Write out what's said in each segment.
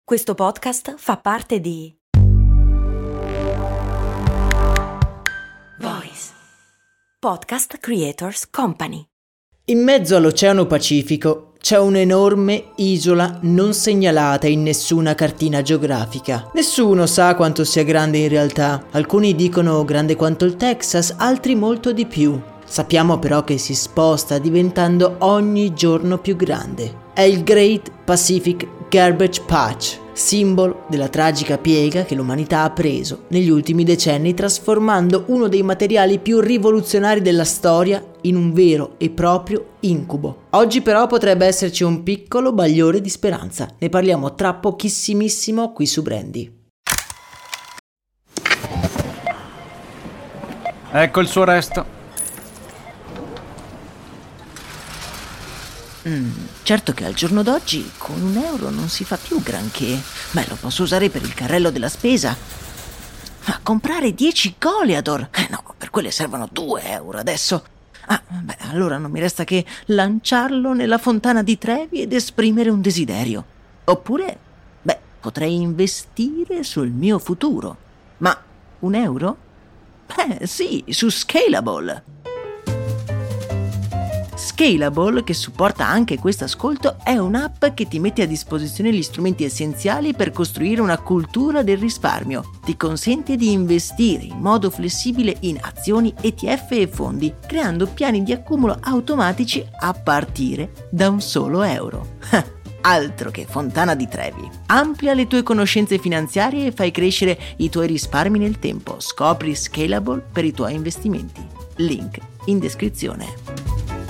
Questo podcast fa parte di Voice Podcast Creators Company. In mezzo all'Oceano Pacifico c'è un'enorme isola non segnalata in nessuna cartina geografica. Nessuno sa quanto sia grande in realtà. Alcuni dicono grande quanto il Texas, altri molto di più. Sappiamo però che si sposta diventando ogni giorno più grande. È il Great Pacific Garbage Patch, simbolo della tragica piega che l'umanità ha preso negli ultimi decenni, trasformando uno dei materiali più rivoluzionari della storia in un vero e proprio incubo. Oggi però potrebbe esserci un piccolo bagliore di speranza. Ne parliamo tra pochissimissimo qui su Brandy. Ecco il suo resto. Certo che al giorno d'oggi con €1 non si fa più granché. Beh, lo posso usare per il carrello della spesa. Ma comprare 10 Goliador? No, per quelle servono €2 adesso. Allora non mi resta che lanciarlo nella fontana di Trevi ed esprimere un desiderio. Oppure, potrei investire sul mio futuro. Ma €1? Sì, su Scalable. Scalable, che supporta anche questo ascolto, è un'app che ti mette a disposizione gli strumenti essenziali per costruire una cultura del risparmio. Ti consente di investire in modo flessibile in azioni, ETF e fondi, creando piani di accumulo automatici a partire da un solo euro. Altro che fontana di Trevi. Amplia le tue conoscenze finanziarie e fai crescere i tuoi risparmi nel tempo. Scopri Scalable per i tuoi investimenti. Link in descrizione.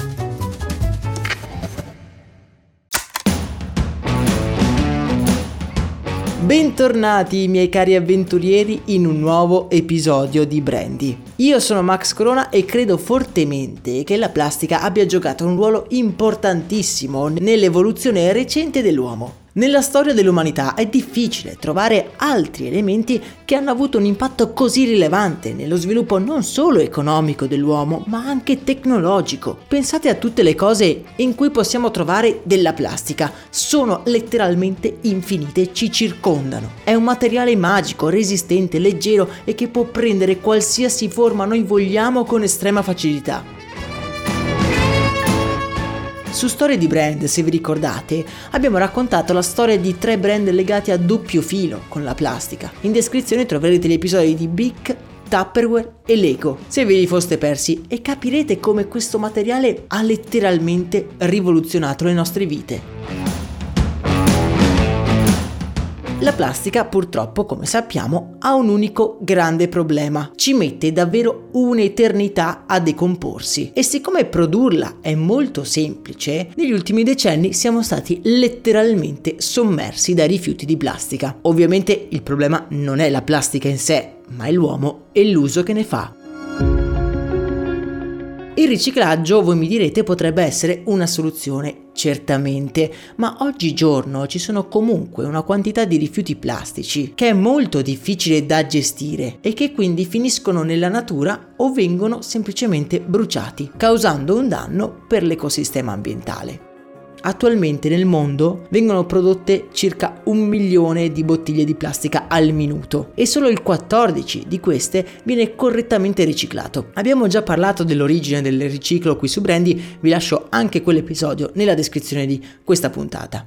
Bentornati miei cari avventurieri in un nuovo episodio di Brandy. Io sono Max Corona e credo fortemente che la plastica abbia giocato un ruolo importantissimo nell'evoluzione recente dell'uomo. Nella storia dell'umanità è difficile trovare altri elementi che hanno avuto un impatto così rilevante nello sviluppo non solo economico dell'uomo, ma anche tecnologico. Pensate a tutte le cose in cui possiamo trovare della plastica. Sono letteralmente infinite, ci circondano. È un materiale magico, resistente, leggero e che può prendere qualsiasi forma noi vogliamo con estrema facilità. Su Storie di Brand, se vi ricordate, abbiamo raccontato la storia di 3 brand legati a doppio filo con la plastica. In descrizione troverete gli episodi di Bic, Tupperware e Lego, se ve li foste persi, e capirete come questo materiale ha letteralmente rivoluzionato le nostre vite. La plastica purtroppo, come sappiamo, ha un unico grande problema: ci mette davvero un'eternità a decomporsi, e siccome produrla è molto semplice, negli ultimi decenni siamo stati letteralmente sommersi dai rifiuti di plastica. Ovviamente il problema non è la plastica in sé, ma è l'uomo e l'uso che ne fa. Il riciclaggio, voi mi direte, potrebbe essere una soluzione, certamente, ma oggigiorno ci sono comunque una quantità di rifiuti plastici che è molto difficile da gestire e che quindi finiscono nella natura o vengono semplicemente bruciati, causando un danno per l'ecosistema ambientale. Attualmente nel mondo vengono prodotte circa 1 milione di bottiglie di plastica al minuto e solo il 14 di queste viene correttamente riciclato. Abbiamo già parlato dell'origine del riciclo qui su Brandy, vi lascio anche quell'episodio nella descrizione di questa puntata.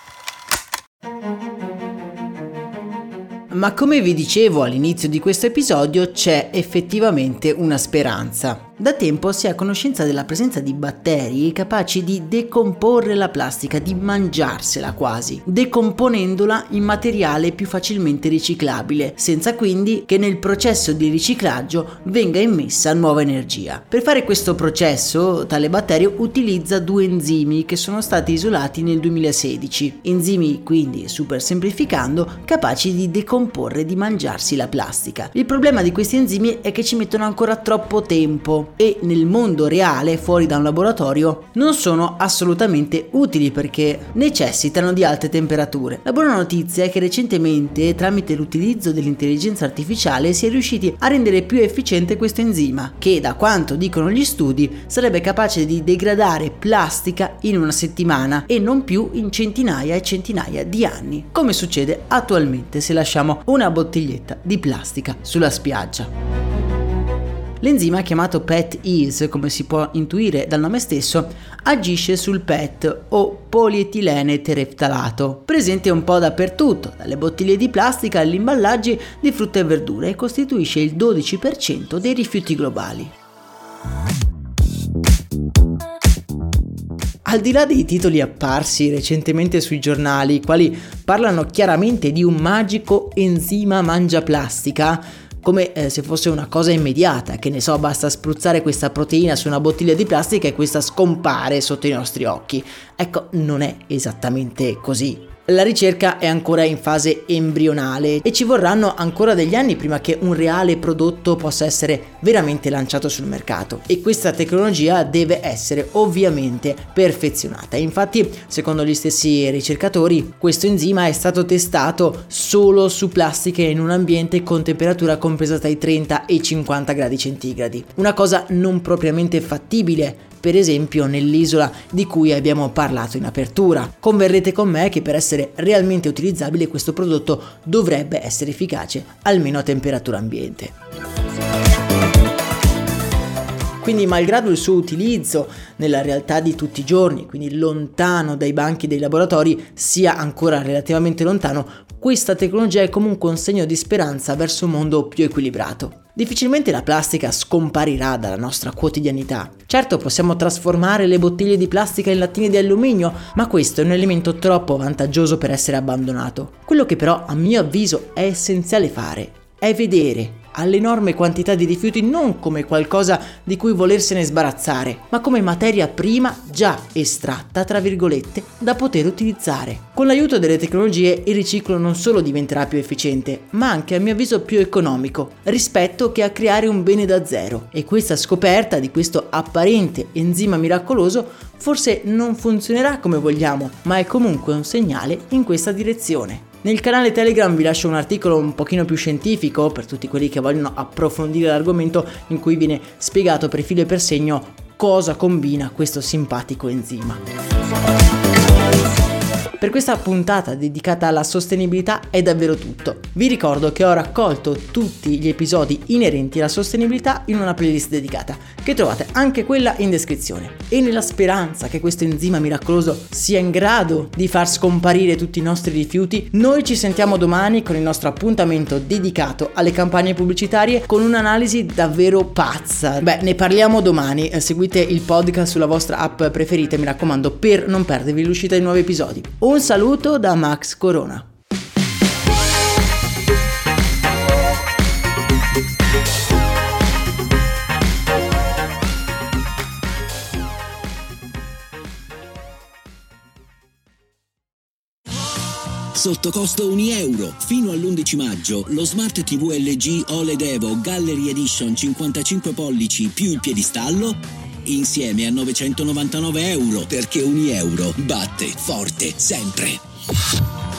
Ma come vi dicevo all'inizio di questo episodio, c'è effettivamente una speranza. Da tempo si è a conoscenza della presenza di batteri capaci di decomporre la plastica, di mangiarsela quasi, decomponendola in materiale più facilmente riciclabile, senza quindi che nel processo di riciclaggio venga immessa nuova energia. Per fare questo processo, tale batterio utilizza 2 enzimi che sono stati isolati nel 2016. Enzimi, quindi, super semplificando, capaci di decomporre e di mangiarsi la plastica. Il problema di questi enzimi è che ci mettono ancora troppo tempo. laboratorio e nel mondo reale, fuori da un laboratorio, non sono assolutamente utili perché necessitano di alte temperature. La buona notizia è che recentemente, tramite l'utilizzo dell'intelligenza artificiale, si è riusciti a rendere più efficiente questo enzima, che da quanto dicono gli studi sarebbe capace di degradare plastica in una settimana e non più in centinaia e centinaia di anni, come succede attualmente se lasciamo una bottiglietta di plastica sulla spiaggia. L'enzima, chiamato PET-EASE, come si può intuire dal nome stesso, agisce sul PET o polietilene tereftalato, presente un po' dappertutto, dalle bottiglie di plastica agli imballaggi di frutta e verdura, e costituisce il 12% dei rifiuti globali. Al di là dei titoli apparsi recentemente sui giornali, i quali parlano chiaramente di un magico enzima mangiaplastica, come se fosse una cosa immediata, che ne so, basta spruzzare questa proteina su una bottiglia di plastica e questa scompare sotto i nostri occhi. Ecco, non è esattamente così. La ricerca è ancora in fase embrionale e ci vorranno ancora degli anni prima che un reale prodotto possa essere veramente lanciato sul mercato, e questa tecnologia deve essere ovviamente perfezionata. Infatti, secondo gli stessi ricercatori, questo enzima è stato testato solo su plastiche in un ambiente con temperatura compresa tra i 30 e i 50 gradi centigradi, una cosa non propriamente fattibile per esempio nell'isola di cui abbiamo parlato in apertura. Converrete con me che per essere realmente utilizzabile questo prodotto dovrebbe essere efficace almeno a temperatura ambiente. Quindi, malgrado il suo utilizzo nella realtà di tutti i giorni, quindi lontano dai banchi dei laboratori, sia ancora relativamente lontano, questa tecnologia è comunque un segno di speranza verso un mondo più equilibrato. Difficilmente la plastica scomparirà dalla nostra quotidianità. Certo, possiamo trasformare le bottiglie di plastica in lattine di alluminio, ma questo è un elemento troppo vantaggioso per essere abbandonato. Quello che però, a mio avviso, è essenziale fare è vedere all'enorme quantità di rifiuti non come qualcosa di cui volersene sbarazzare, ma come materia prima già estratta, tra virgolette, da poter utilizzare. Con l'aiuto delle tecnologie il riciclo non solo diventerà più efficiente, ma anche, a mio avviso, più economico rispetto che a creare un bene da zero. E questa scoperta di questo apparente enzima miracoloso forse non funzionerà come vogliamo, ma è comunque un segnale in questa direzione. Nel canale Telegram vi lascio un articolo un pochino più scientifico per tutti quelli che vogliono approfondire l'argomento, in cui viene spiegato per filo e per segno cosa combina questo simpatico enzima. Per questa puntata dedicata alla sostenibilità è davvero tutto. Vi ricordo che ho raccolto tutti gli episodi inerenti alla sostenibilità in una playlist dedicata, che trovate anche quella in descrizione. E nella speranza che questo enzima miracoloso sia in grado di far scomparire tutti i nostri rifiuti, noi ci sentiamo domani con il nostro appuntamento dedicato alle campagne pubblicitarie, con un'analisi davvero pazza. Ne parliamo domani. Seguite il podcast sulla vostra app preferita, mi raccomando, per non perdervi l'uscita di nuovi episodi. Un saluto da Max Corona. Sotto costo €1. Fino all'11 maggio lo Smart TV LG OLED Evo Gallery Edition 55 pollici più il piedistallo insieme a €999, perché €1 batte forte sempre.